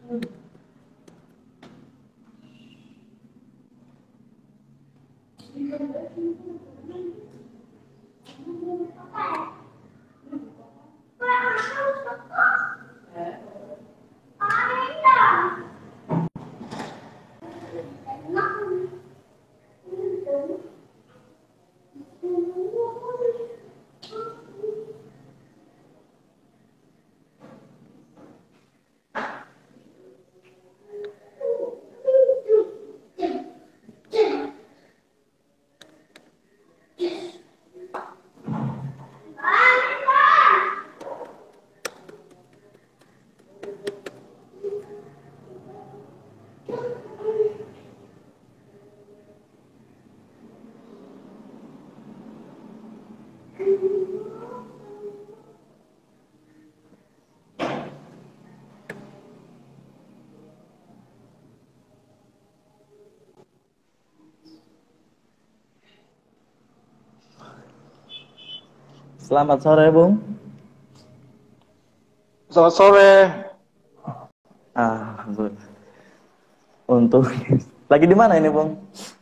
Selamat sore, Bung. Selamat sore. Untuk lagi di mana ini, Bung?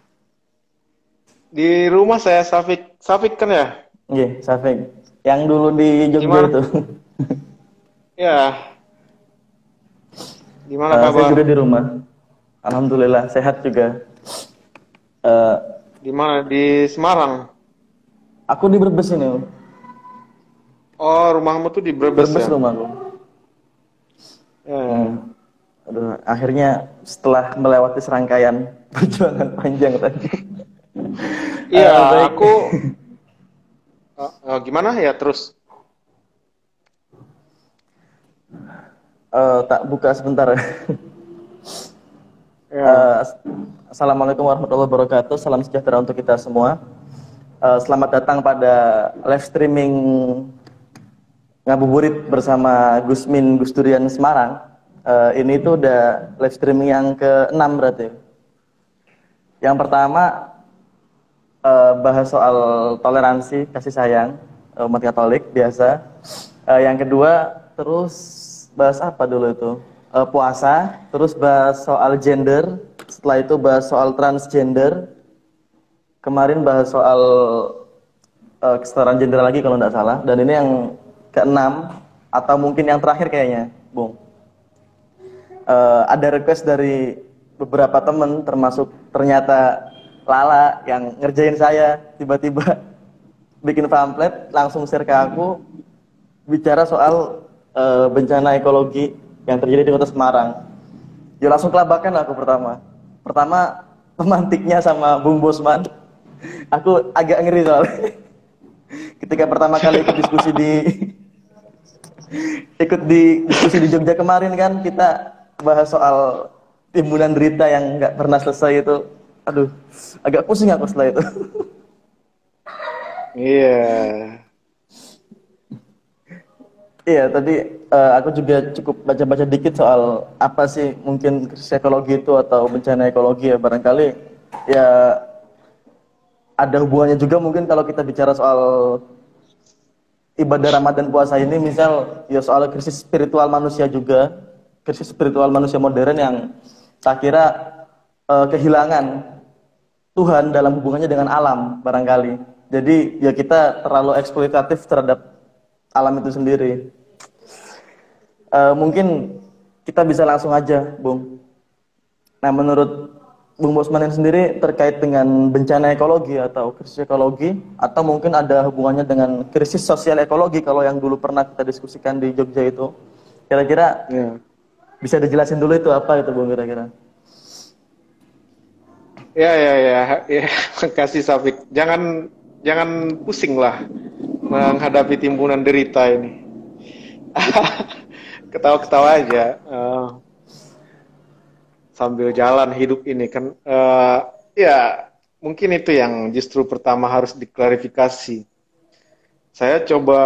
Di rumah saya, Safik kan ya? Iya, Safik. Yang dulu di Jogja Gimana? itu. Ya, gimana Saya juga kabar? di rumah. Alhamdulillah, sehat juga. Eh, Di mana? Di Semarang. aku di Brebes ini, Bung. Oh, rumahmu tuh di Brebes Brebes ya? rumahku. Ya, ya. Hmm. Aduh, akhirnya setelah melewati serangkaian perjuangan panjang tadi. Iya, Baik. aku gimana ya terus? Tak buka sebentar. Ya, Assalamualaikum warahmatullahi wabarakatuh. Salam sejahtera untuk kita semua. Selamat datang pada live streaming Ngabuburit bersama Gusmin Gusturian Semarang. Ini tuh udah live streaming yang ke-6 berarti. Yang pertama bahas soal toleransi, kasih sayang umat Katolik biasa. Yang kedua terus bahas apa dulu itu? Puasa, terus bahas soal gender, setelah itu bahas soal transgender. Kemarin bahas soal kesetaraan gender lagi kalau nggak salah. Dan ini yang keenam atau mungkin yang terakhir kayaknya, Bung. Ada request dari beberapa teman, termasuk ternyata Lala yang ngerjain saya, tiba-tiba bikin pamflet langsung share ke aku bicara soal bencana ekologi yang terjadi di Kota Semarang. Ya langsung kelabakan aku pertama. Pertama pemantiknya sama Bung Bosman. Aku agak ngeri soalnya. Ketika pertama kali ikut di diskusi di Jogja kemarin kan kita bahas soal timbunan derita yang nggak pernah selesai itu. Aduh, agak pusing aku setelah itu. iya. Iya, tadi aku juga cukup baca-baca dikit soal apa sih mungkin krisis ekologi itu atau bencana ekologi ya barangkali ya ada hubungannya juga mungkin kalau kita bicara soal ibadah Ramadan puasa ini misal ya soal krisis spiritual manusia juga, krisis spiritual manusia modern yang tak kira kehilangan Tuhan dalam hubungannya dengan alam barangkali. Jadi ya kita terlalu eksploitatif terhadap alam itu sendiri. Mungkin kita bisa langsung aja, Bung. Nah, menurut Bung Bosman sendiri terkait dengan bencana ekologi atau krisis ekologi, atau mungkin ada hubungannya dengan krisis sosial ekologi kalau yang dulu pernah kita diskusikan di Jogja itu, kira-kira Ya, bisa dijelasin dulu itu apa itu, Bung, kira-kira? ya. Makasih Safik. Jangan pusing lah menghadapi timbunan derita ini. Ketawa-ketawa aja. Sambil jalan hidup ini kan ya mungkin itu yang justru pertama harus diklarifikasi. Saya coba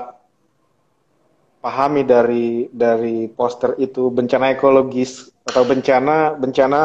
pahami dari poster itu bencana ekologis atau bencana bencana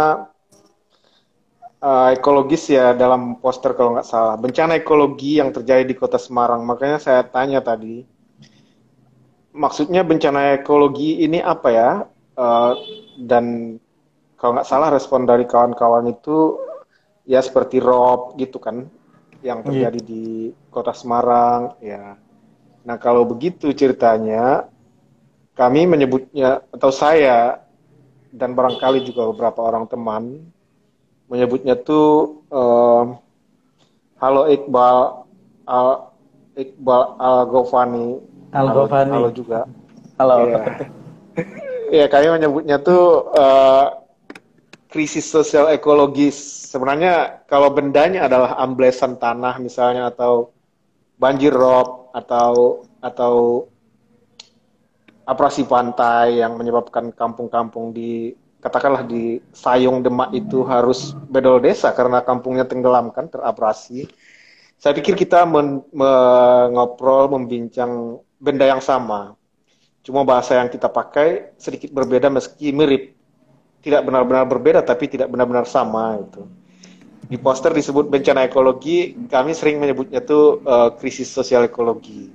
ekologis ya dalam poster kalau nggak salah, bencana ekologi yang terjadi di Kota Semarang. Makanya saya tanya tadi, maksudnya bencana ekologi ini apa ya? Eh, dan kalau nggak salah respon dari kawan-kawan itu ya seperti rob gitu kan, yang Iya. terjadi di kota Semarang ya. Nah kalau begitu ceritanya, kami menyebutnya, atau saya dan barangkali juga beberapa orang teman menyebutnya tuh halo Iqbal al Iqbal al Ghofani, halo Al-Ghafani. halo juga. Halo. Iya, ya kami menyebutnya tuh krisis sosial ekologis. Sebenarnya kalau bendanya adalah amblesan tanah misalnya, atau banjir rob, atau abrasi pantai yang menyebabkan kampung-kampung di, katakanlah di Sayung Demak itu harus bedol desa karena kampungnya tenggelam kan, terabrasi. Saya pikir kita mengobrol, membincang benda yang sama. Cuma bahasa yang kita pakai sedikit berbeda meski mirip. Tidak benar-benar berbeda tapi tidak benar-benar sama itu. Di poster disebut bencana ekologi, kami sering menyebutnya tuh krisis sosial ekologi.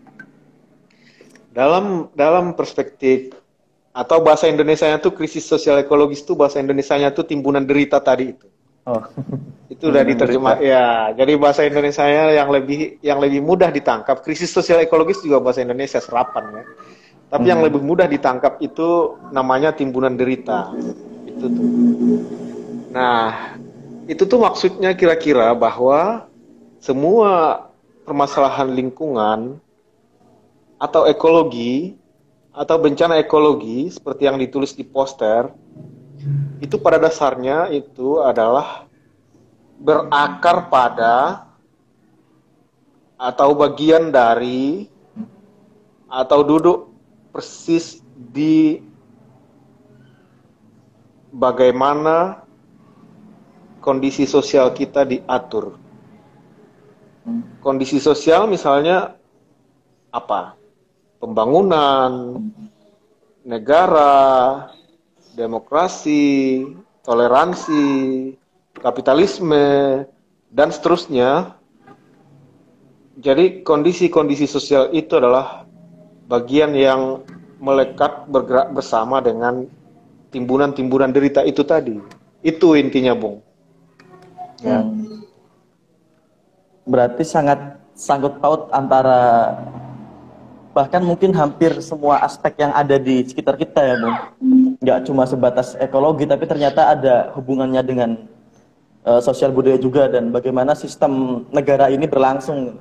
Dalam perspektif atau bahasa Indonesianya tuh krisis sosial ekologis tuh, bahasa Indonesianya tuh timbunan derita tadi itu. Oh. Itu udah diterjemah Derita. ya. Jadi bahasa Indonesianya yang lebih mudah ditangkap. Krisis sosial ekologis juga bahasa Indonesia serapan ya. Tapi yang lebih mudah ditangkap itu namanya timbunan derita. Itu tuh. Nah, itu tuh maksudnya kira-kira bahwa semua permasalahan lingkungan atau ekologi atau bencana ekologi seperti yang ditulis di poster itu pada dasarnya itu adalah berakar pada atau bagian dari atau duduk persis di bagaimana kondisi sosial kita diatur. Kondisi sosial misalnya apa? Pembangunan, negara, demokrasi, toleransi, kapitalisme, dan seterusnya. Jadi kondisi-kondisi sosial itu adalah bagian yang melekat bergerak bersama dengan timbunan-timbunan derita itu tadi. Itu intinya, Bung. Ya. Berarti sangat sangkut paut antara bahkan mungkin hampir semua aspek yang ada di sekitar kita ya, Bung. Nggak cuma sebatas ekologi, tapi ternyata ada hubungannya dengan sosial budaya juga dan bagaimana sistem negara ini berlangsung.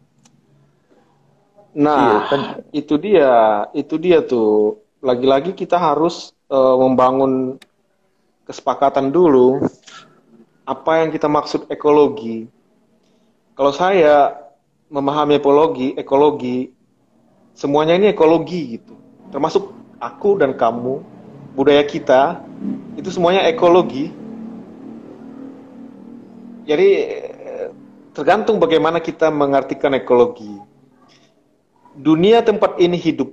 Nah, Iya, itu dia tuh. Lagi-lagi kita harus membangun kesepakatan dulu apa yang kita maksud ekologi. Kalau saya memahami ekologi, semuanya ini ekologi gitu. Termasuk aku dan kamu, budaya kita, itu semuanya ekologi. Jadi tergantung bagaimana kita mengartikan ekologi. Dunia tempat ini hidup,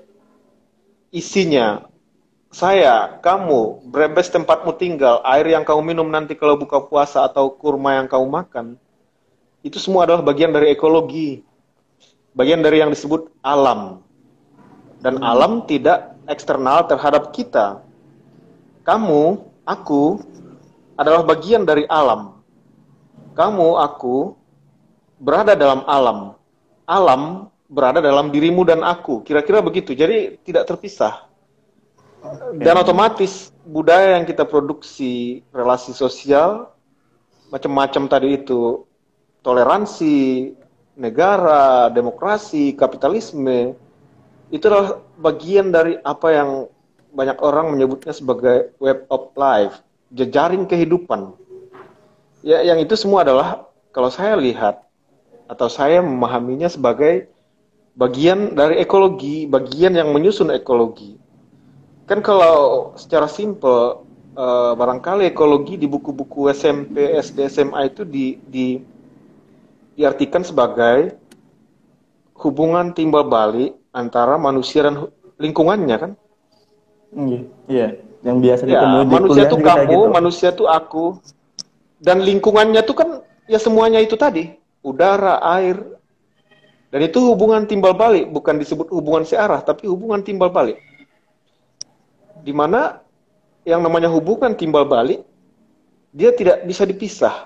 isinya saya, kamu, brebes tempatmu tinggal, air yang kamu minum nanti kalau buka puasa, atau kurma yang kamu makan, itu semua adalah bagian dari ekologi. Bagian dari yang disebut alam. Dan alam tidak eksternal terhadap kita. Kamu, aku, adalah bagian dari alam. Kamu, aku, berada dalam alam. Alam berada dalam dirimu dan aku. Kira-kira begitu. Jadi tidak terpisah. Dan otomatis budaya yang kita produksi, relasi sosial, macam-macam tadi itu, toleransi, negara, demokrasi, kapitalisme, itu adalah bagian dari apa yang banyak orang menyebutnya sebagai web of life, jejaring kehidupan. Ya, yang itu semua adalah, kalau saya lihat, atau saya memahaminya sebagai bagian dari ekologi, bagian yang menyusun ekologi. Kan kalau secara simpel, barangkali ekologi di buku-buku SMP, SD, SMA itu diartikan sebagai hubungan timbal balik antara manusia dan lingkungannya kan? Iya, yang biasa Ya, ditemui di manusia kuliah tuh juga kayak kamu, gitu. manusia tuh aku, dan lingkungannya tuh kan ya semuanya itu tadi, udara, air, dan itu hubungan timbal balik, bukan disebut hubungan searah, tapi hubungan timbal balik. di mana yang namanya hubungan timbal balik dia tidak bisa dipisah.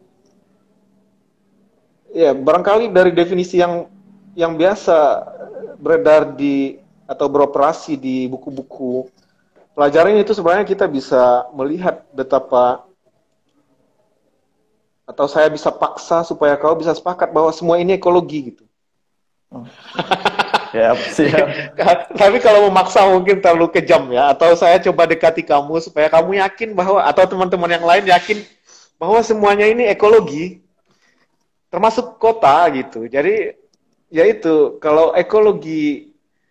Ya, barangkali dari definisi yang biasa beredar di atau beroperasi di buku-buku pelajaran itu sebenarnya kita bisa melihat betapa, atau saya bisa paksa supaya kau bisa sepakat bahwa semua ini ekologi gitu. Siap, siap. Tapi kalau memaksa mungkin terlalu kejam ya. Atau saya coba dekati kamu supaya kamu yakin bahwa, atau teman-teman yang lain yakin bahwa semuanya ini ekologi, termasuk kota gitu. Jadi ya itu, kalau ekologi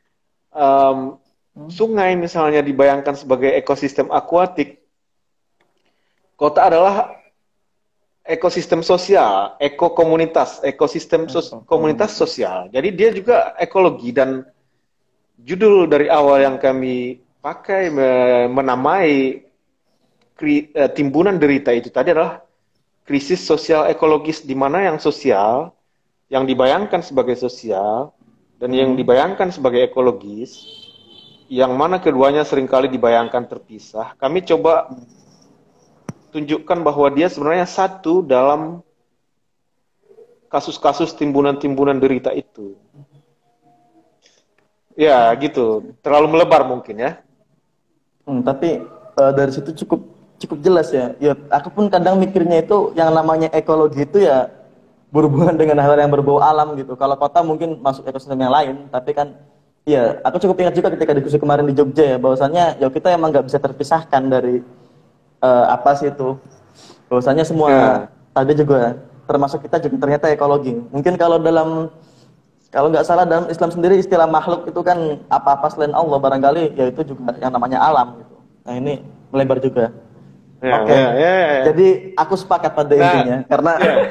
sungai misalnya dibayangkan sebagai ekosistem akuatik, kota adalah ekosistem sosial, ekokomunitas, ekosistem komunitas sosial. Jadi dia juga ekologi, dan judul dari awal yang kami pakai menamai timbunan derita itu tadi adalah krisis sosial ekologis, di mana yang sosial, yang dibayangkan sebagai sosial, dan yang dibayangkan sebagai ekologis, yang mana keduanya seringkali dibayangkan terpisah. Kami coba tunjukkan bahwa dia sebenarnya satu dalam kasus-kasus timbunan-timbunan derita itu. Ya, gitu. Terlalu melebar mungkin ya. Tapi dari situ cukup jelas ya. Ya, aku pun kadang mikirnya itu yang namanya ekologi itu ya berhubungan dengan hal yang berbau alam gitu. Kalau kota mungkin masuk ekosistem yang lain, tapi kan ya aku cukup ingat juga ketika diskusi kemarin di Jogja ya, bahwasannya ya kita emang nggak bisa terpisahkan dari apa sih itu, bahwasanya semua tadi juga termasuk kita juga ternyata ekologi. Mungkin kalau nggak salah dalam Islam sendiri istilah makhluk itu kan apa-apa selain Allah, barangkali ya itu juga yang namanya alam gitu. Nah ini melebar juga. Oke. Jadi aku sepakat pada intinya karena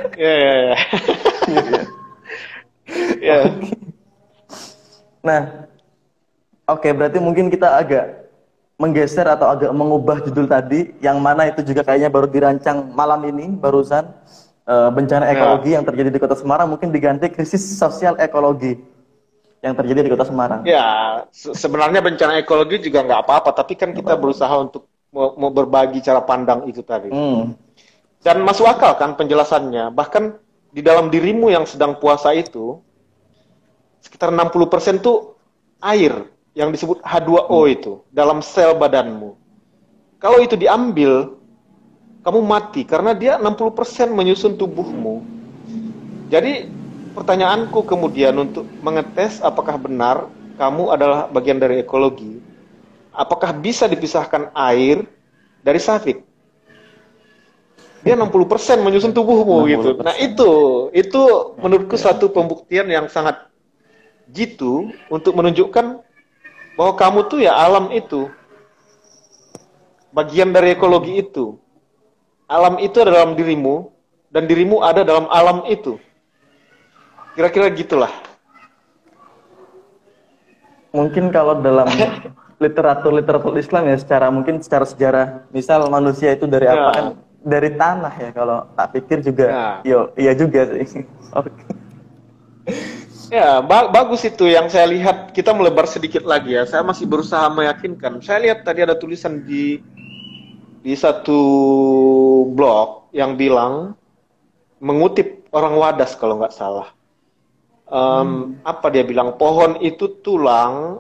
Nah, oke, berarti mungkin kita agak menggeser atau agak mengubah judul tadi, yang mana itu juga kayaknya baru dirancang malam ini barusan, bencana ekologi yang terjadi di Kota Semarang, mungkin diganti krisis sosial ekologi yang terjadi di Kota Semarang. Ya, sebenarnya bencana ekologi juga nggak apa-apa, tapi kan kita berusaha untuk mau berbagi cara pandang itu tadi. Dan masuk akal kan penjelasannya. Bahkan di dalam dirimu yang sedang puasa itu, sekitar 60% tuh air yang disebut H2O itu dalam sel badanmu. Kalau itu diambil, kamu mati karena dia 60% menyusun tubuhmu. Jadi pertanyaanku kemudian untuk mengetes apakah benar kamu adalah bagian dari ekologi, apakah bisa dipisahkan air dari safit? Dia 60% menyusun tubuhmu 60%. Gitu. Nah itu menurutku satu pembuktian yang sangat jitu untuk menunjukkan bahwa kamu tuh ya alam itu, bagian dari ekologi itu. Alam itu ada dalam dirimu, dan dirimu ada dalam alam itu. Kira-kira gitulah. Mungkin kalau dalam literatur Islam ya, secara sejarah, misal manusia itu dari apa kan? Dari tanah ya, kalau tak pikir juga, iya juga sih. Oke. Ya, bagus itu yang saya lihat. Kita melebar sedikit lagi ya. Saya masih berusaha meyakinkan. Saya lihat tadi ada tulisan di satu blog yang bilang, mengutip orang Wadas kalau nggak salah. Apa dia bilang? Pohon itu tulang,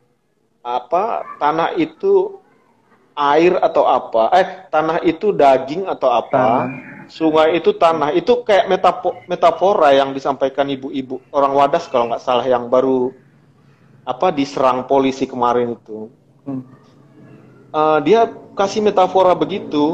tanah itu air atau apa? Tanah itu daging atau apa? Sungai itu tanah. Itu kayak metafora yang disampaikan ibu-ibu orang Wadas kalau nggak salah, yang baru diserang polisi kemarin itu. Dia kasih metafora begitu.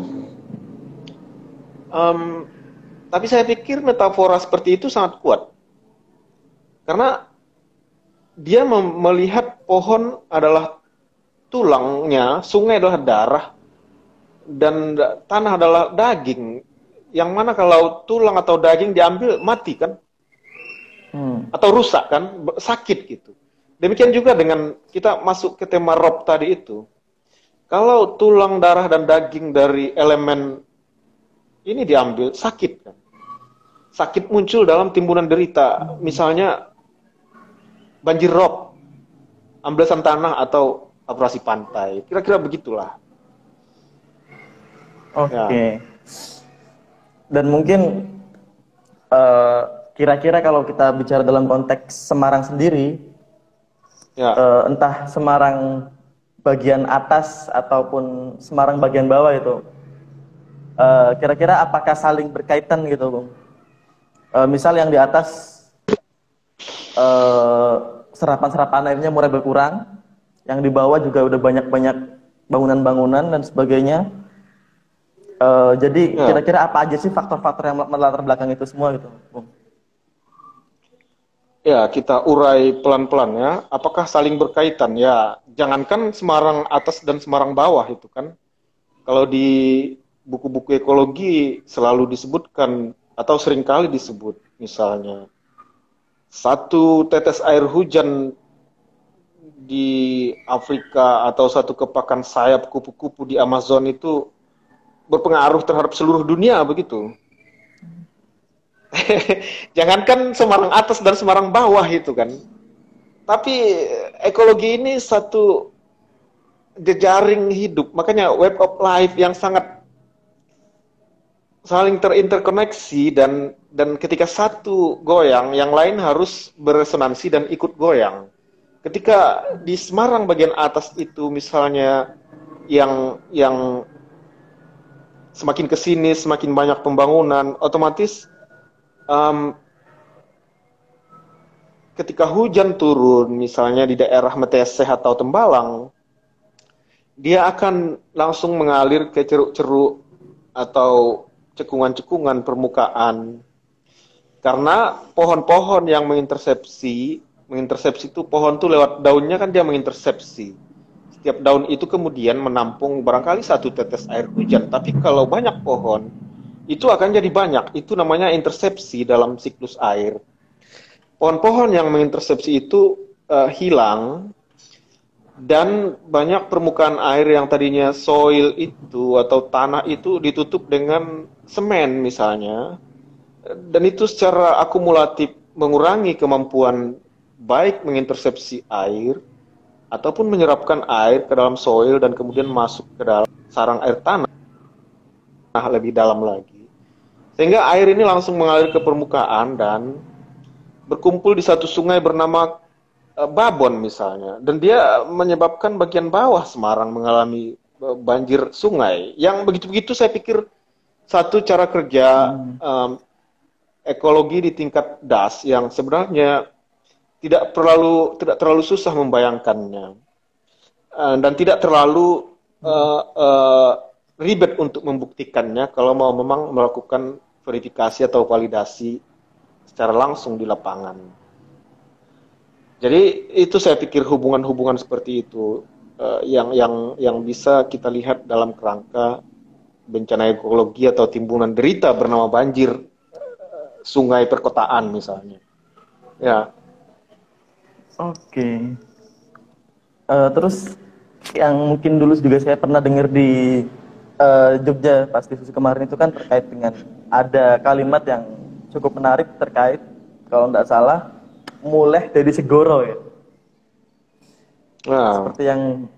Tapi saya pikir metafora seperti itu sangat kuat. Karena dia melihat pohon adalah tulangnya, sungai adalah darah, dan tanah adalah daging. Yang mana kalau tulang atau daging diambil, mati kan? Atau rusak kan? Sakit gitu. Demikian juga dengan kita masuk ke tema Rob tadi itu. Kalau tulang, darah, dan daging dari elemen ini diambil, sakit kan? Sakit muncul dalam timbunan derita. Misalnya banjir rob, amblesan tanah, atau operasi pantai. Kira-kira begitulah. Oke. Ya, Dan mungkin eh, kira-kira kalau kita bicara dalam konteks Semarang sendiri, ya, entah Semarang bagian atas ataupun Semarang bagian bawah itu, kira-kira apakah saling berkaitan gitu, Bung? Misal yang di atas eh, serapan-serapan airnya mulai berkurang, yang di bawah juga udah banyak-banyak bangunan-bangunan dan sebagainya. Jadi ya. kira-kira apa aja sih faktor-faktor yang melatar belakang itu semua gitu, Bung? Ya, kita urai pelan-pelan ya. Apakah saling berkaitan? Ya, jangankan Semarang atas dan Semarang bawah itu kan. Kalau di buku-buku ekologi selalu disebutkan atau seringkali disebut, misalnya satu tetes air hujan di Afrika atau satu kepakan sayap kupu-kupu di Amazon itu berpengaruh terhadap seluruh dunia begitu. Jangankan Semarang atas dan Semarang bawah itu kan. Tapi ekologi ini satu jejaring hidup, makanya web of life yang sangat saling terinterkoneksi dan ketika satu goyang, yang lain harus beresonansi dan ikut goyang. Ketika di Semarang bagian atas itu misalnya yang semakin ke sini semakin banyak pembangunan, otomatis um, ketika hujan turun misalnya di daerah Meteseh atau Tembalang, dia akan langsung mengalir ke ceruk-ceruk atau cekungan-cekungan permukaan. Karena pohon-pohon yang mengintersepsi itu pohon tuh lewat daunnya kan dia mengintersepsi. Setiap daun itu kemudian menampung barangkali satu tetes air hujan. Tapi kalau banyak pohon, itu akan jadi banyak. Itu namanya intersepsi dalam siklus air. Pohon-pohon yang mengintersepsi itu hilang, dan banyak permukaan air yang tadinya soil itu atau tanah itu ditutup dengan semen misalnya, dan itu secara akumulatif mengurangi kemampuan baik mengintersepsi air ataupun menyerapkan air ke dalam soil dan kemudian masuk ke dalam sarang air tanah lebih dalam lagi, sehingga air ini langsung mengalir ke permukaan dan berkumpul di satu sungai bernama Babon misalnya, dan dia menyebabkan bagian bawah Semarang mengalami banjir sungai. Yang begitu-begitu saya pikir satu cara kerja ekologi di tingkat das yang sebenarnya tidak terlalu susah membayangkannya, dan tidak terlalu ribet untuk membuktikannya kalau mau memang melakukan verifikasi atau validasi secara langsung di lapangan. Jadi itu saya pikir hubungan-hubungan seperti itu yang bisa kita lihat dalam kerangka bencana ekologi atau timbunan derita bernama banjir sungai perkotaan misalnya. Ya. Oke. Terus yang mungkin dulu juga saya pernah dengar di Jogja pas diskusi kemarin itu kan terkait dengan ada kalimat yang cukup menarik terkait kalau tidak salah mulai dari Segoro ya. Nah, Seperti yang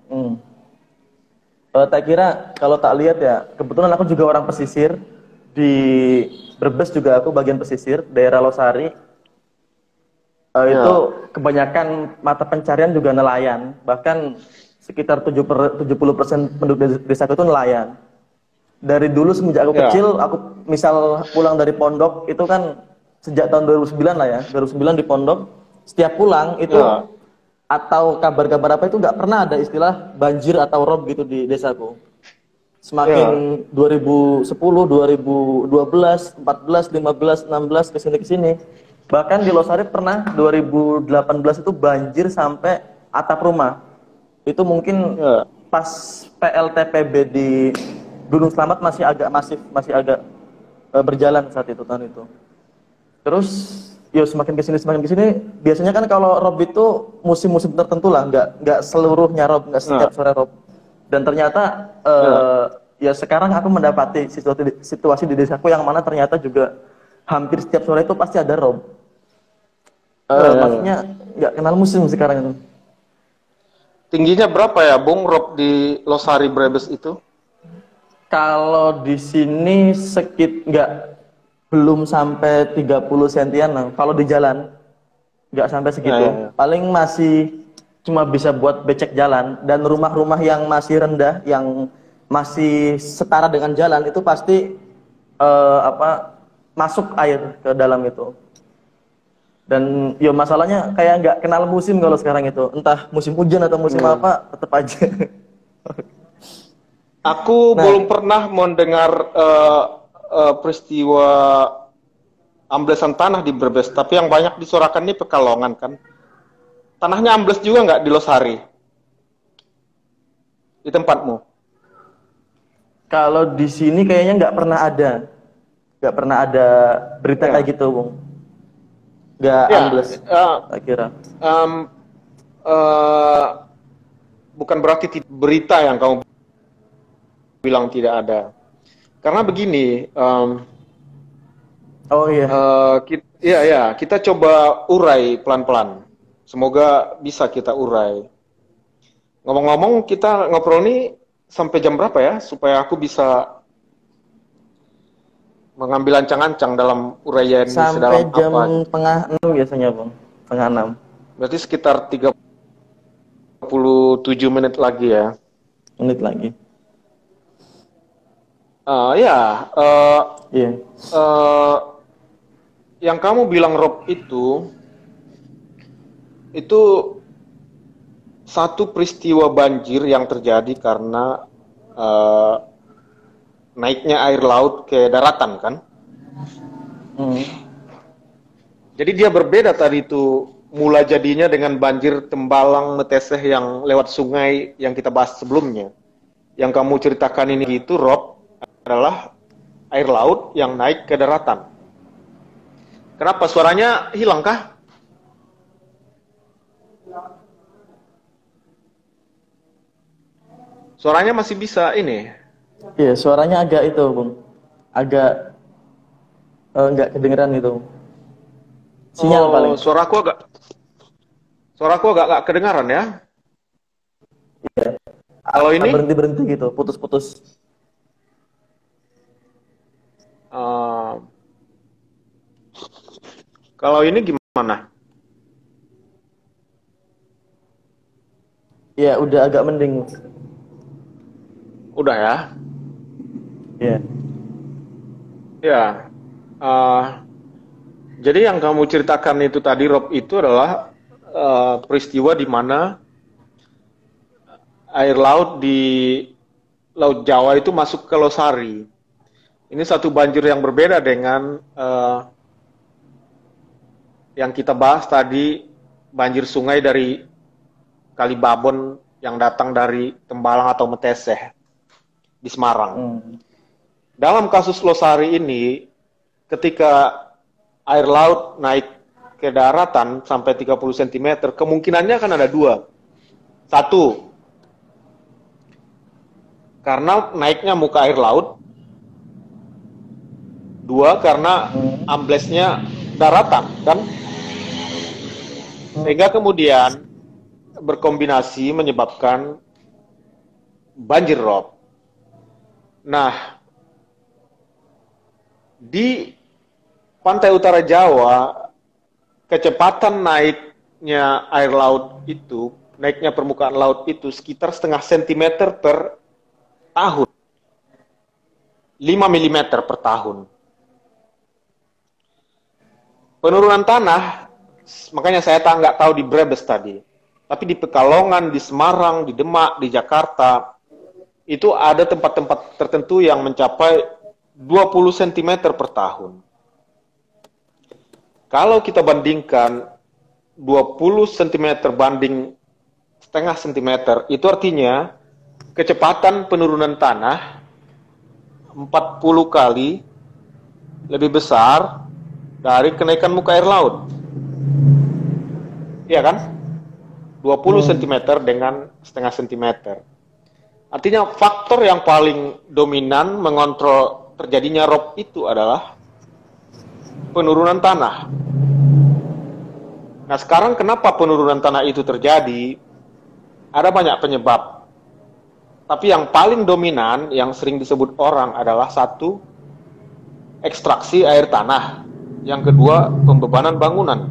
tak kira kalau tak lihat ya, kebetulan aku juga orang pesisir di Brebes juga aku bagian pesisir daerah Losari. Itu kebanyakan mata pencarian juga nelayan, bahkan sekitar 70% penduduk desa itu nelayan. Dari dulu semenjak aku kecil, aku misal pulang dari pondok itu kan sejak tahun 2009 lah ya, 2009 di pondok, setiap pulang itu atau kabar-kabar apa itu nggak pernah ada istilah banjir atau rob gitu di desaku. Semakin 2010, 2012, 14, 15, 16 kesini. Bahkan di Losari pernah 2018 itu banjir sampai atap rumah. Itu mungkin pas PLTPB di Gunung Slamet masih agak masif, masih agak berjalan saat itu tahun itu. Terus, yo semakin kesini, biasanya kan kalau rob itu musim-musim tertentu lah, nggak seluruhnya rob, nggak setiap sore rob. Dan ternyata ya sekarang aku mendapati situasi di desaku yang mana ternyata juga hampir setiap sore itu pasti ada rob. Maksudnya nggak kenal musim sekarang itu. Tingginya berapa ya, Bung, rob di Losari Brebes itu? Kalau di sini nggak, belum sampai 30 sentian lah. Kalau di jalan nggak sampai Ya, ya, segitu. ya. Paling masih cuma bisa buat becek jalan, dan rumah-rumah yang masih rendah, yang masih setara dengan jalan itu pasti masuk air ke dalam itu. Dan yo masalahnya kayak nggak kenal musim kalau sekarang itu. Entah musim hujan atau musim Hmm. apa, tetap aja. Aku Nah, belum pernah mendengar peristiwa amblesan tanah di Brebes, tapi yang banyak disorakan ini Pekalongan kan. Tanahnya ambles juga nggak di Losari, di tempatmu? kalau di sini kayaknya nggak pernah ada berita kayak Ya, gitu, Bung. Nggak ya. ambles, tak kira. Em, eh, bukan berarti berita yang kamu bilang tidak ada. Karena begini, Oh iya, kita coba urai pelan-pelan. Semoga bisa kita urai. Ngomong-ngomong, kita ngobrol nih sampai jam berapa ya? Supaya aku bisa mengambil ancang-ancang dalam uraian ini sampai sedalam jam apa gitu. tengah 6 biasanya, Bung. Tengah 6 Berarti sekitar 37 menit lagi ya. menit lagi. Ya, eh, Iya. eh, yang kamu bilang Rob itu satu peristiwa banjir yang terjadi karena eh, naiknya air laut ke daratan kan. Hmm. Jadi dia berbeda tadi itu mula jadinya dengan banjir Tembalang Meteseh yang lewat sungai yang kita bahas sebelumnya. Yang kamu ceritakan ini itu Rob adalah air laut yang naik ke daratan. Kenapa suaranya hilang kah? Suaranya masih bisa ini. Iya, suaranya agak itu, Bung. Agak nggak kedengeran itu. Sinyal Oh, paling. suaraku agak gak kedengaran ya. Kalau ini, Berhenti-berhenti gitu, putus-putus. uh, kalau ini gimana? Iya, udah agak mending. Udah ya? Iya. Ya. Uh, jadi yang kamu ceritakan itu tadi, Rob, itu adalah peristiwa di mana air laut di Laut Jawa itu masuk ke Losari. Ini satu banjir yang berbeda dengan yang kita bahas tadi, banjir sungai dari Kali Babon yang datang dari Tembalang atau Meteseh di Semarang. Hmm. Dalam kasus Losari ini, ketika air laut naik ke daratan sampai 30 cm, kemungkinannya akan ada dua. Satu, karena naiknya muka air laut. Dua, karena amblesnya daratan, kan? Sehingga kemudian berkombinasi menyebabkan banjir rob. Nah, di pantai utara Jawa, kecepatan naiknya air laut itu, naiknya permukaan laut itu sekitar setengah sentimeter per tahun. 5 mm per tahun. Penurunan tanah, makanya saya nggak tahu di Brebes tadi, tapi di Pekalongan, di Semarang, di Demak, di Jakarta, itu ada tempat-tempat tertentu yang mencapai 20 cm per tahun. Kalau kita bandingkan 20 cm banding setengah sentimeter, itu artinya kecepatan penurunan tanah 40 kali lebih besar dari kenaikan muka air laut. Iya kan? 20 cm dengan setengah sentimeter. Artinya faktor yang paling dominan mengontrol terjadinya rob itu adalah penurunan tanah. Nah, sekarang kenapa penurunan tanah itu terjadi? Ada banyak penyebab. Tapi yang paling dominan, yang sering disebut orang adalah satu, ekstraksi air tanah. Yang kedua, pembebanan bangunan.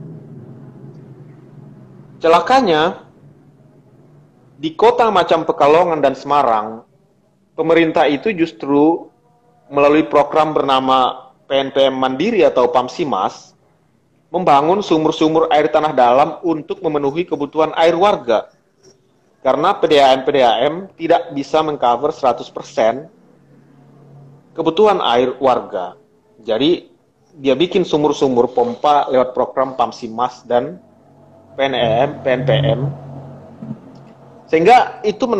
Celakanya, di kota macam Pekalongan dan Semarang, pemerintah itu justru melalui program bernama PNPM Mandiri atau Pamsimas, membangun sumur-sumur air tanah dalam untuk memenuhi kebutuhan air warga. Karena PDAM tidak bisa mengcover 100% kebutuhan air warga. Jadi, dia bikin sumur-sumur pompa lewat program Pamsimas dan PNPM, sehingga itu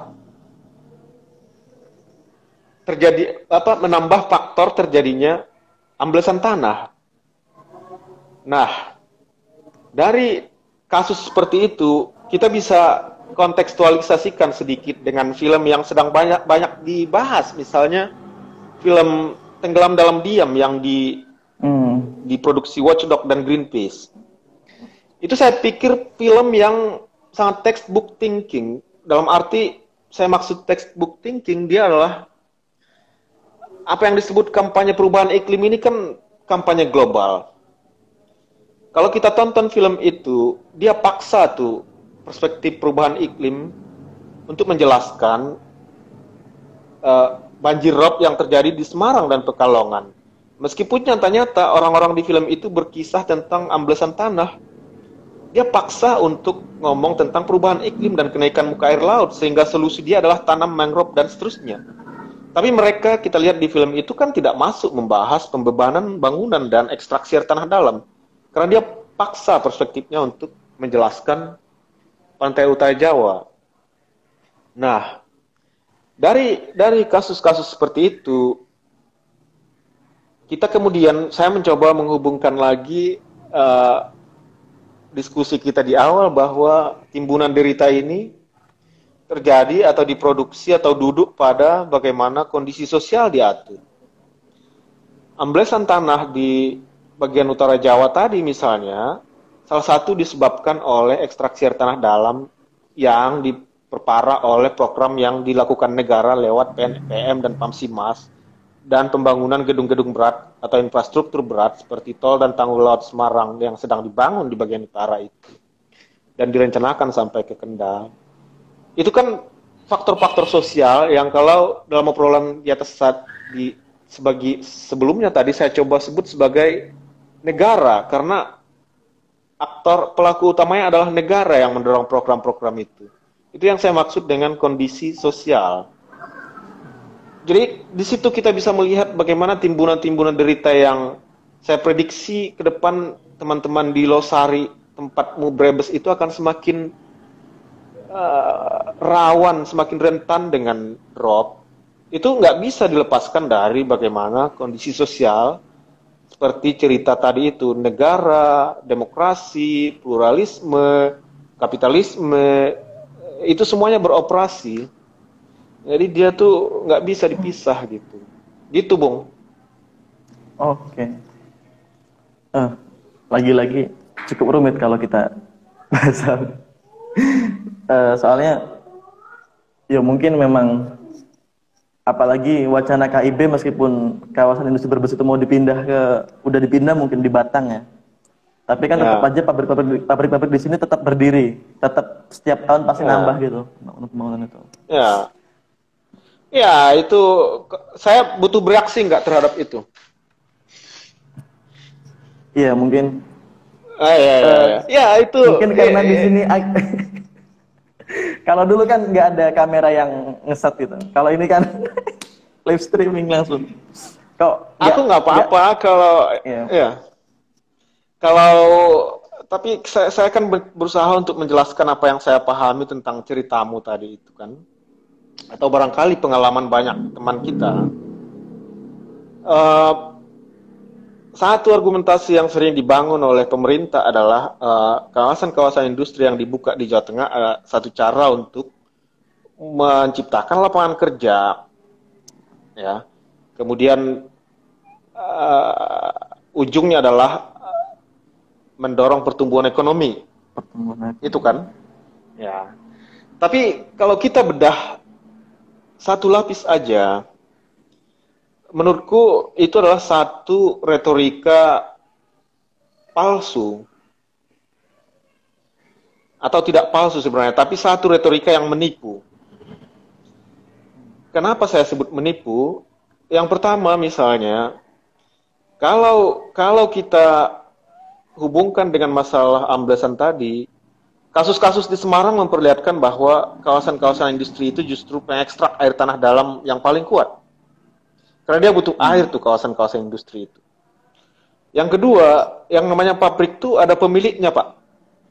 menambah faktor terjadinya amblesan tanah. Nah, dari kasus seperti itu kita bisa kontekstualisasikan sedikit dengan film yang sedang banyak dibahas, misalnya film Tenggelam Dalam Diam yang diproduksi Watchdog dan Greenpeace. Itu saya pikir film yang sangat textbook thinking. Dalam arti, saya maksud textbook thinking, dia adalah apa yang disebut kampanye perubahan iklim ini kan kampanye global. Kalau kita tonton film itu, dia paksa tuh perspektif perubahan iklim untuk menjelaskan banjir rob yang terjadi di Semarang dan Pekalongan. Meskipun nyata-nyata orang-orang di film itu berkisah tentang amblesan tanah, dia paksa untuk ngomong tentang perubahan iklim dan kenaikan muka air laut, sehingga solusi dia adalah tanam mangrove dan seterusnya. Tapi mereka, kita lihat di film itu kan tidak masuk membahas pembebanan bangunan dan ekstraksi air tanah dalam. Karena dia paksa perspektifnya untuk menjelaskan pantai utara Jawa. Nah, dari kasus-kasus seperti itu, kita kemudian, saya mencoba menghubungkan lagi diskusi kita di awal bahwa timbunan derita ini terjadi atau diproduksi atau duduk pada bagaimana kondisi sosial diatur. Amblesan tanah di bagian utara Jawa tadi misalnya, salah satu disebabkan oleh ekstraksi air tanah dalam yang diperparah oleh program yang dilakukan negara lewat PNPM dan Pamsimas, dan pembangunan gedung-gedung berat atau infrastruktur berat seperti tol dan tanggul laut Semarang yang sedang dibangun di bagian utara itu dan direncanakan sampai ke Kendal. Itu kan faktor-faktor sosial yang kalau dalam obrolan di atas sebelumnya tadi saya coba sebut sebagai negara, karena aktor pelaku utamanya adalah negara yang mendorong program-program itu. Itu yang saya maksud dengan kondisi sosial. Jadi di situ kita bisa melihat bagaimana timbunan-timbunan derita yang saya prediksi ke depan teman-teman di Losari, tempatmu Brebes itu akan semakin rawan, semakin rentan dengan rob. Itu nggak bisa dilepaskan dari bagaimana kondisi sosial seperti cerita tadi itu, negara, demokrasi, pluralisme, kapitalisme, itu semuanya beroperasi. Jadi dia tuh nggak bisa dipisah gitu. Gitu, Bung. Oke. Lagi-lagi cukup rumit kalau kita bahasa. Soalnya, ya mungkin memang, apalagi wacana KIB meskipun kawasan industri Brebes itu mau udah dipindah mungkin di Batang ya. Tapi kan tetap aja pabrik-pabrik di sini tetap berdiri, tetap setiap tahun pasti nambah gitu untuk pembangunan itu. Ya. Ya, itu saya butuh bereaksi nggak terhadap itu? Iya, mungkin. Ya, itu. Mungkin karena di sini kalau dulu kan nggak ada kamera yang ngeset gitu. Kalau ini kan live streaming langsung. Aku nggak apa-apa kalau kalau tapi saya kan berusaha untuk menjelaskan apa yang saya pahami tentang ceritamu tadi itu kan. Atau barangkali pengalaman banyak teman kita. Satu argumentasi yang sering dibangun oleh pemerintah adalah kawasan-kawasan industri yang dibuka di Jawa Tengah satu cara untuk menciptakan lapangan kerja, ya. Kemudian ujungnya adalah mendorong pertumbuhan ekonomi. Itu kan, ya. Tapi kalau kita bedah satu lapis aja, menurutku itu adalah satu retorika palsu. Atau tidak palsu sebenarnya, tapi satu retorika yang menipu. Kenapa saya sebut menipu? Yang pertama misalnya, kalau kita hubungkan dengan masalah amblesan tadi, kasus-kasus di Semarang memperlihatkan bahwa kawasan-kawasan industri itu justru pengekstrak air tanah dalam yang paling kuat. Karena dia butuh air tuh kawasan-kawasan industri itu. Yang kedua, yang namanya pabrik itu ada pemiliknya, Pak.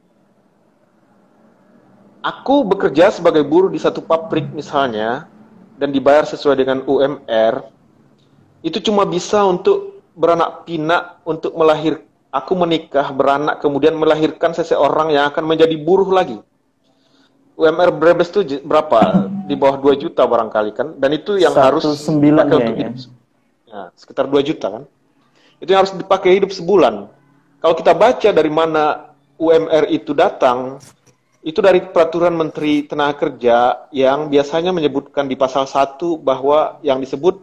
Aku bekerja sebagai buruh di satu pabrik misalnya, dan dibayar sesuai dengan UMR, itu cuma bisa untuk beranak pinak, untuk aku menikah, beranak, kemudian melahirkan seseorang yang akan menjadi buruh lagi. UMR Brebes itu berapa? Di bawah 2 juta barangkali kan, dan itu yang harus 1,9 dipakai untuk kayaknya. hidup. Ya, sekitar 2 juta kan. Itu yang harus dipakai hidup sebulan. Kalau kita baca dari mana UMR itu datang, itu dari peraturan Menteri Tenaga Kerja yang biasanya menyebutkan di pasal 1 bahwa yang disebut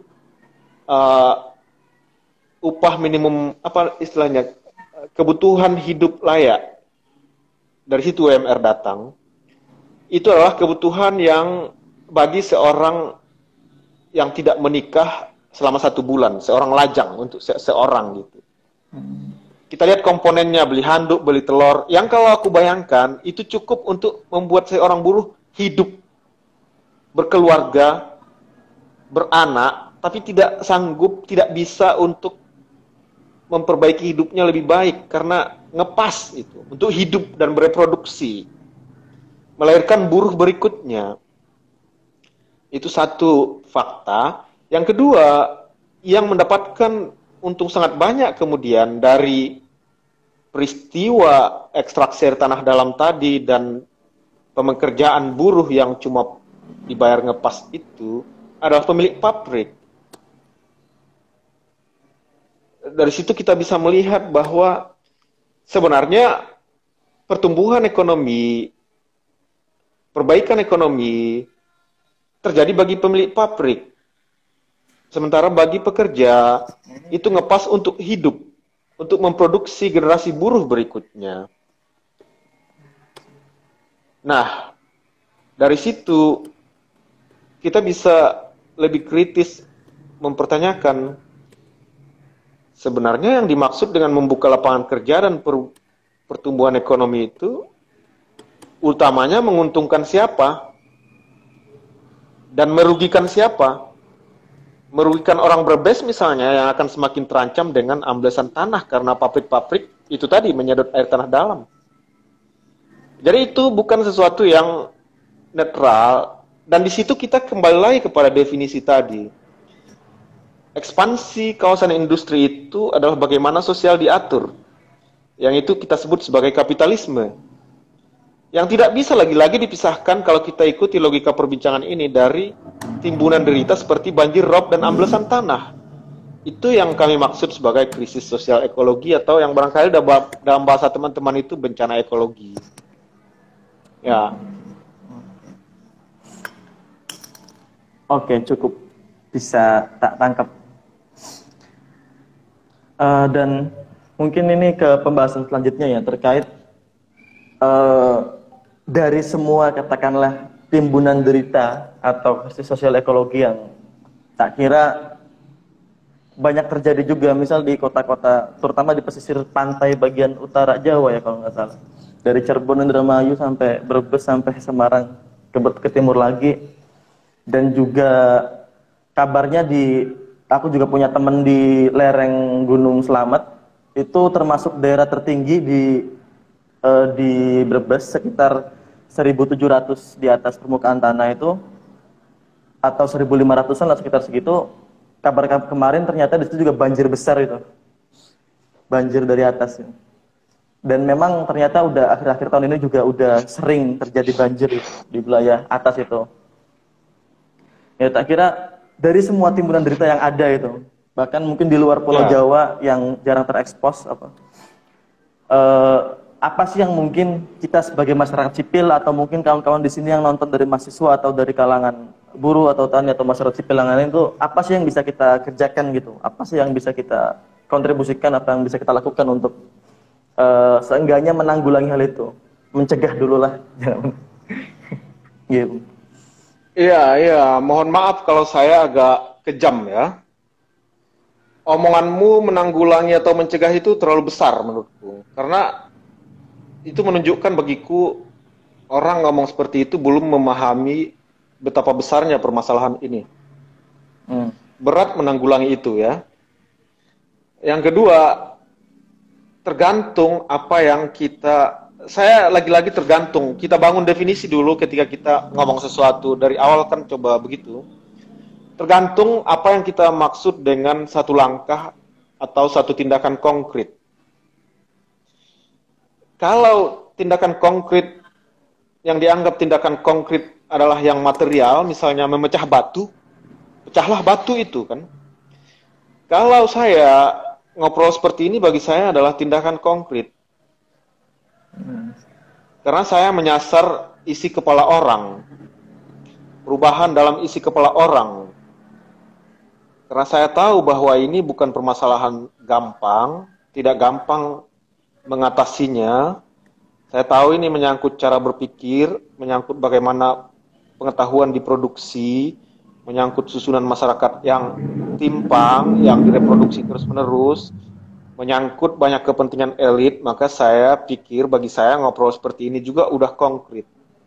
upah minimum, apa istilahnya, kebutuhan hidup layak. Dari situ UMR datang. Itu adalah kebutuhan yang bagi seorang yang tidak menikah selama 1 bulan, seorang lajang untuk seorang gitu. Kita lihat komponennya, beli handuk, beli telur, yang kalau aku bayangkan, itu cukup untuk membuat seorang buruh hidup, berkeluarga, beranak, tapi tidak sanggup, tidak bisa untuk memperbaiki hidupnya lebih baik, karena ngepas itu, untuk hidup dan bereproduksi, melahirkan buruh berikutnya. Itu satu fakta. Yang kedua, yang mendapatkan untung sangat banyak kemudian dari peristiwa ekstraksi air tanah dalam tadi dan pekerjaan buruh yang cuma dibayar ngepas itu adalah pemilik pabrik. Dari situ kita bisa melihat bahwa sebenarnya pertumbuhan ekonomi, perbaikan ekonomi terjadi bagi pemilik pabrik. Sementara bagi pekerja, itu ngepas untuk hidup, untuk memproduksi generasi buruh berikutnya. Nah, dari situ kita bisa lebih kritis mempertanyakan sebenarnya yang dimaksud dengan membuka lapangan kerja dan pertumbuhan ekonomi itu utamanya menguntungkan siapa dan merugikan siapa? Merugikan orang Brebes misalnya yang akan semakin terancam dengan amblesan tanah karena pabrik-pabrik itu tadi menyedot air tanah dalam. Jadi itu bukan sesuatu yang netral, dan di situ kita kembali lagi kepada definisi tadi. Ekspansi kawasan industri itu adalah bagaimana sosial diatur, yang itu kita sebut sebagai kapitalisme. Yang tidak bisa lagi-lagi dipisahkan kalau kita ikuti logika perbincangan ini dari timbunan derita seperti banjir rob dan amblesan tanah. Itu yang kami maksud sebagai krisis sosial ekologi, atau yang barangkali dalam bahasa teman-teman itu bencana ekologi. Ya. Oke, cukup bisa tak tangkap. Dan mungkin ini ke pembahasan selanjutnya ya, terkait dari semua katakanlah timbunan derita atau krisis sosial ekologi yang tak kira banyak terjadi juga, misal di kota-kota, terutama di pesisir pantai bagian utara Jawa ya kalau nggak salah, dari Cirebon, Indramayu sampai Brebes sampai Semarang ke timur lagi. Dan juga kabarnya aku juga punya teman di lereng Gunung Slamet, itu termasuk daerah tertinggi di Brebes, sekitar 1.700 di atas permukaan tanah itu, atau 1.500-an lah sekitar segitu. Kabar kemarin ternyata di situ juga banjir besar itu, banjir dari atas. Dan memang ternyata udah akhir-akhir tahun ini juga udah sering terjadi banjir di wilayah atas itu. Ya tak kira dari semua timbunan derita yang ada itu, bahkan mungkin di luar Pulau Jawa yang jarang terekspos apa sih yang mungkin kita sebagai masyarakat sipil atau mungkin kawan-kawan di sini yang nonton dari mahasiswa atau dari kalangan buruh atau tani atau masyarakat sipil yang lain itu apa sih yang bisa kita kerjakan gitu? Apa sih yang bisa kita kontribusikan, apa yang bisa kita lakukan untuk seenggaknya menanggulangi hal itu? Mencegah dulu lah, jangan gitu. Iya, iya. Mohon maaf kalau saya agak kejam ya. Omonganmu menanggulangi atau mencegah itu terlalu besar menurutku. Karena itu menunjukkan bagiku orang ngomong seperti itu belum memahami betapa besarnya permasalahan ini. Berat menanggulangi itu ya. Yang kedua, tergantung apa yang saya lagi-lagi tergantung. Kita bangun definisi dulu ketika kita ngomong sesuatu. Dari awal kan coba begitu. Tergantung apa yang kita maksud dengan satu langkah atau satu tindakan konkret. Kalau tindakan konkret, yang dianggap tindakan konkret adalah yang material, misalnya memecah batu, pecahlah batu itu kan. Kalau saya ngobrol seperti ini bagi saya adalah tindakan konkret. Karena saya menyasar isi kepala orang, perubahan dalam isi kepala orang. Karena saya tahu bahwa ini bukan permasalahan gampang, tidak gampang mengatasinya. Saya tahu ini menyangkut cara berpikir, menyangkut bagaimana pengetahuan diproduksi, menyangkut susunan masyarakat yang timpang, yang direproduksi terus-menerus, menyangkut banyak kepentingan elit, maka saya pikir bagi saya ngobrol seperti ini juga udah konkret.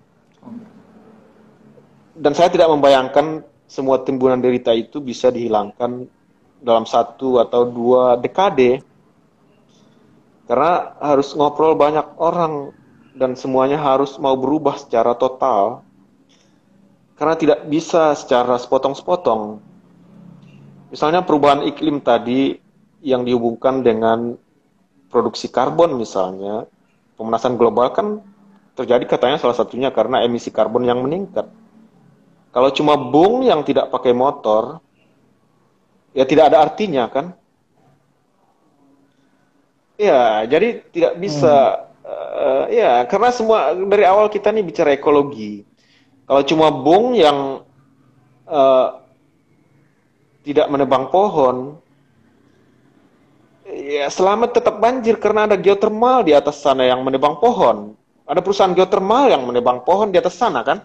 Dan saya tidak membayangkan semua timbunan derita itu bisa dihilangkan dalam 1 atau 2 dekade. Karena harus ngobrol banyak orang dan semuanya harus mau berubah secara total. Karena tidak bisa secara sepotong-sepotong. Misalnya perubahan iklim tadi yang dihubungkan dengan produksi karbon misalnya, pemanasan global kan terjadi katanya salah satunya karena emisi karbon yang meningkat. Kalau cuma bung yang tidak pakai motor, ya tidak ada artinya kan? Ya, jadi tidak bisa, ya karena semua dari awal kita nih bicara ekologi. Kalau cuma bung yang tidak menebang pohon, ya selamat tetap banjir karena ada geotermal di atas sana yang menebang pohon. Ada perusahaan geotermal yang menebang pohon di atas sana kan?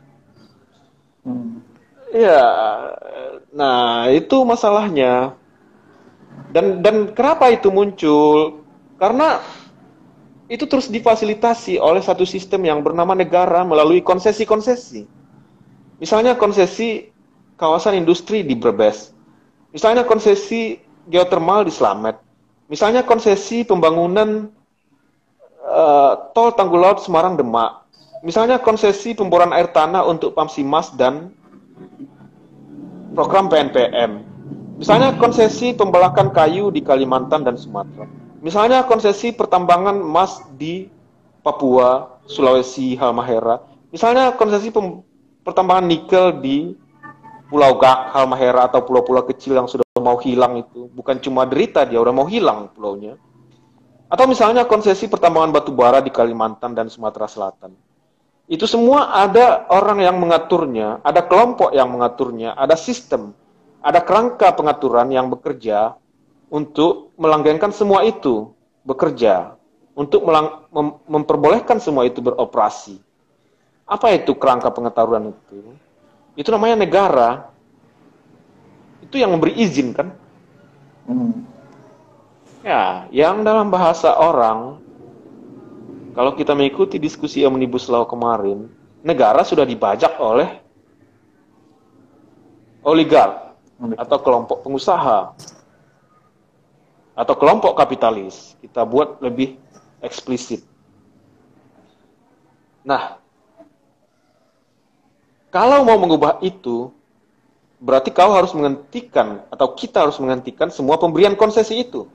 Ya, nah itu masalahnya. Dan kenapa itu muncul? Karena itu terus difasilitasi oleh satu sistem yang bernama negara melalui konsesi-konsesi. Misalnya konsesi kawasan industri di Brebes. Misalnya konsesi geotermal di Slamet. Misalnya konsesi pembangunan tol Tanggul Laut Semarang-Demak. Misalnya konsesi pemboran air tanah untuk Pamsimas dan program PNPM. Misalnya konsesi pembelakan kayu di Kalimantan dan Sumatera. Misalnya konsesi pertambangan emas di Papua, Sulawesi, Halmahera. Misalnya konsesi pertambangan nikel di Pulau Gak, Halmahera atau pulau-pulau kecil yang sudah mau hilang itu. Bukan cuma derita, dia udah mau hilang pulaunya. Atau misalnya konsesi pertambangan batu bara di Kalimantan dan Sumatera Selatan. Itu semua ada orang yang mengaturnya, ada kelompok yang mengaturnya, ada sistem, ada kerangka pengaturan yang bekerja untuk melanggengkan semua itu bekerja, untuk memperbolehkan semua itu beroperasi. Apa itu kerangka pengaturan itu? Itu namanya negara. Itu yang memberi izin kan? Ya, yang dalam bahasa orang, kalau kita mengikuti diskusi Omnibus Law kemarin, negara sudah dibajak oleh oligark atau kelompok pengusaha atau kelompok kapitalis. Kita buat lebih eksplisit. Nah, kalau mau mengubah itu, berarti kau harus menghentikan atau kita harus menghentikan semua pemberian konsesi itu.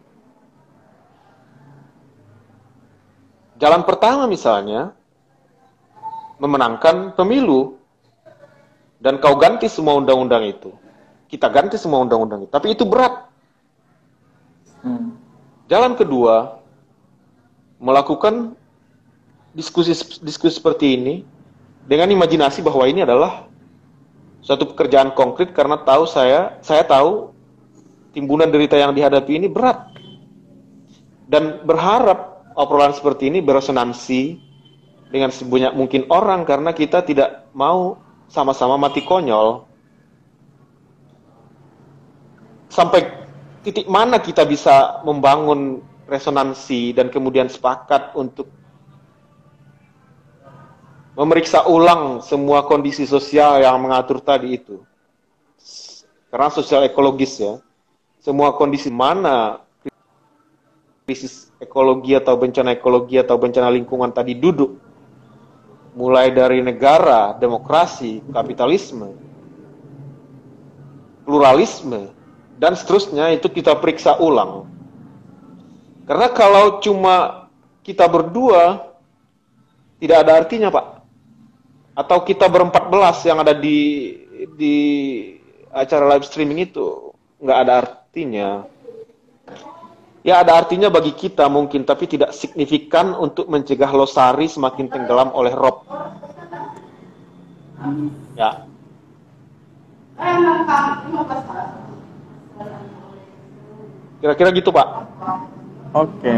Jalan pertama misalnya, memenangkan pemilu. Dan kau ganti semua undang-undang itu. Kita ganti semua undang-undang itu. Tapi itu berat. Jalan kedua, melakukan diskusi diskusi seperti ini dengan imajinasi bahwa ini adalah suatu pekerjaan konkret karena saya tahu timbunan derita yang dihadapi ini berat dan berharap obrolan seperti ini beresonansi dengan sebanyak mungkin orang karena kita tidak mau sama-sama mati konyol. Sampai titik mana kita bisa membangun resonansi dan kemudian sepakat untuk memeriksa ulang semua kondisi sosial yang mengatur tadi itu. Karena sosial ekologis ya. Semua kondisi mana krisis ekologi atau bencana lingkungan tadi duduk. Mulai dari negara, demokrasi, kapitalisme, pluralisme, dan seterusnya itu kita periksa ulang. Karena kalau cuma kita berdua, tidak ada artinya, Pak. Atau kita ber-14 yang ada di acara live streaming itu, nggak ada artinya. Ya ada artinya bagi kita mungkin, tapi tidak signifikan untuk mencegah losari semakin tenggelam oleh rob. Ya. Kira-kira gitu, Pak. Oke.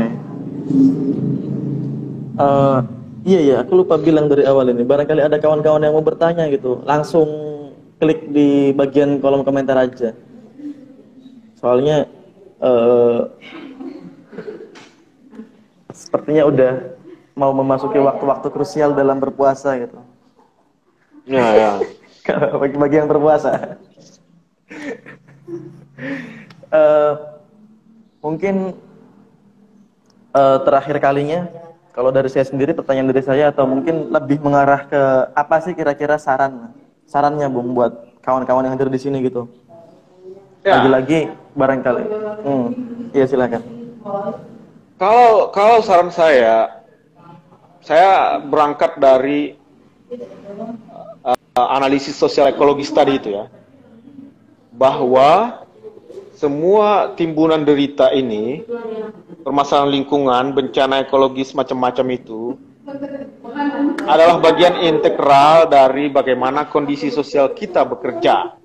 Iya, aku lupa bilang dari awal ini. Barangkali ada kawan-kawan yang mau bertanya gitu, langsung klik di bagian kolom komentar aja. Soalnya sepertinya udah mau memasuki waktu-waktu krusial dalam berpuasa gitu. Ya. Bagi yang berpuasa. Mungkin terakhir kalinya, kalau dari saya sendiri, pertanyaan dari saya atau mungkin lebih mengarah ke apa sih kira-kira sarannya Bung buat kawan-kawan yang hadir di sini gitu. Ya. Lagi-lagi barangkali. Iya silakan. Kalau saran saya berangkat dari analisis sosial ekologis tadi itu ya, bahwa semua timbunan derita ini, permasalahan lingkungan, bencana ekologis macam-macam itu adalah bagian integral dari bagaimana kondisi sosial kita bekerja.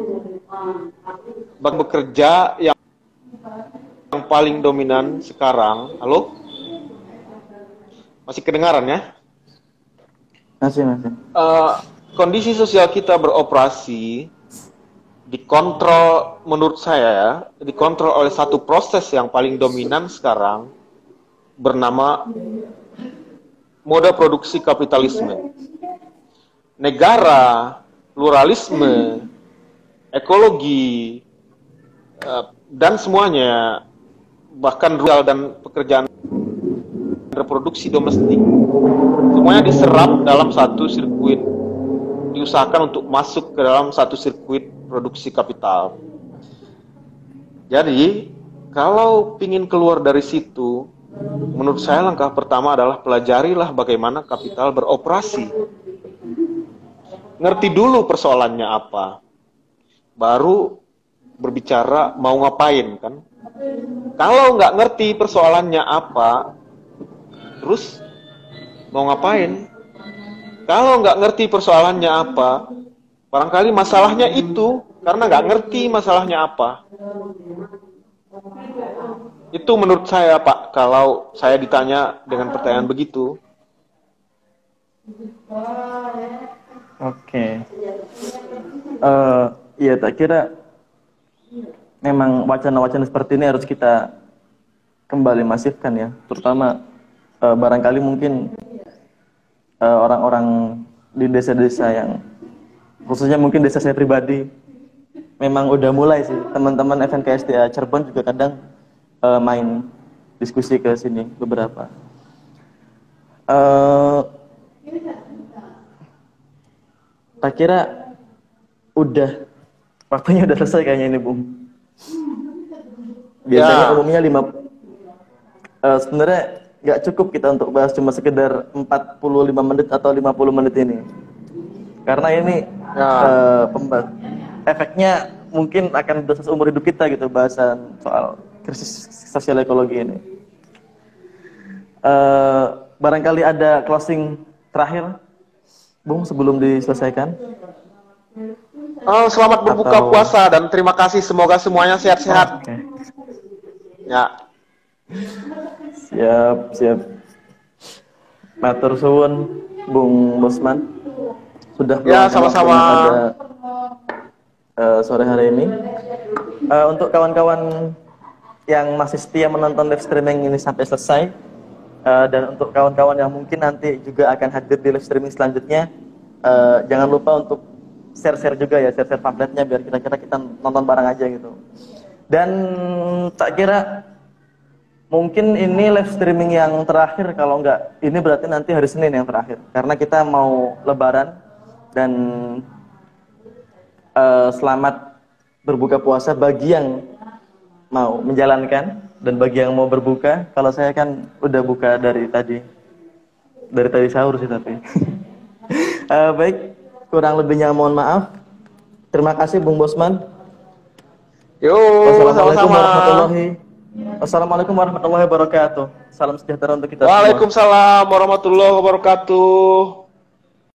Bekerja yang paling dominan sekarang. Halo? Masih kedengaran ya? Masih. Kondisi sosial kita beroperasi dikontrol, menurut saya ya, dikontrol oleh satu proses yang paling dominan sekarang bernama mode produksi kapitalisme. Negara, pluralisme, ekologi, dan semuanya, bahkan rural dan pekerjaan reproduksi domestik, semuanya diserap dalam satu sirkuit, diusahakan untuk masuk ke dalam satu sirkuit produksi kapital. Jadi, kalau ingin keluar dari situ, menurut saya langkah pertama adalah pelajarilah bagaimana kapital beroperasi. Ngerti dulu persoalannya apa, baru berbicara mau ngapain kan. Kalau nggak ngerti persoalannya apa, terus mau ngapain? Kalau nggak ngerti persoalannya apa, barangkali masalahnya itu karena nggak ngerti masalahnya apa. Itu menurut saya, Pak, kalau saya ditanya dengan pertanyaan begitu. Oke. Iya, tak kira memang wacana-wacana seperti ini harus kita kembali masifkan ya, terutama barangkali mungkin orang-orang di desa-desa yang, khususnya mungkin desa saya pribadi, memang udah mulai sih, teman-teman FNKSDA Cirebon juga kadang main diskusi ke sini beberapa. Tak kira udah waktunya udah selesai kayaknya ini, Bung. Biasanya umumnya sebenarnya nggak cukup kita untuk bahas cuma sekedar 45 menit atau 50 menit ini. Karena ini efeknya mungkin akan berasa seumur hidup kita gitu, bahasan soal krisis sosial ekologi ini. barangkali ada closing terakhir, Bung, sebelum diselesaikan? Selamat berbuka Atau- puasa dan terima kasih. Semoga semuanya sehat-sehat. Oke. Ya. Siap. Matur suwun, Bung Bosman. Sudah Ya, meluangkan sama-sama. waktunya pada sore hari ini. Untuk kawan-kawan yang masih setia menonton live streaming ini sampai selesai, dan untuk kawan-kawan yang mungkin nanti juga akan hadir di live streaming selanjutnya, jangan lupa untuk share-share juga ya, share-share pamfletnya biar kita nonton bareng aja gitu. Dan tak kira mungkin ini live streaming yang terakhir, kalau enggak ini berarti nanti hari Senin yang terakhir, karena kita mau lebaran. Dan selamat berbuka puasa bagi yang mau menjalankan dan bagi yang mau berbuka. Kalau saya kan udah buka dari tadi sahur sih tapi. Baik, kurang lebihnya mohon maaf. Terima kasih Bung Bosman. Yo, sama-sama. Wassalamualaikum warahmatullahi wabarakatuh. Salam sejahtera untuk kita semua. Waalaikumsalam warahmatullahi wabarakatuh.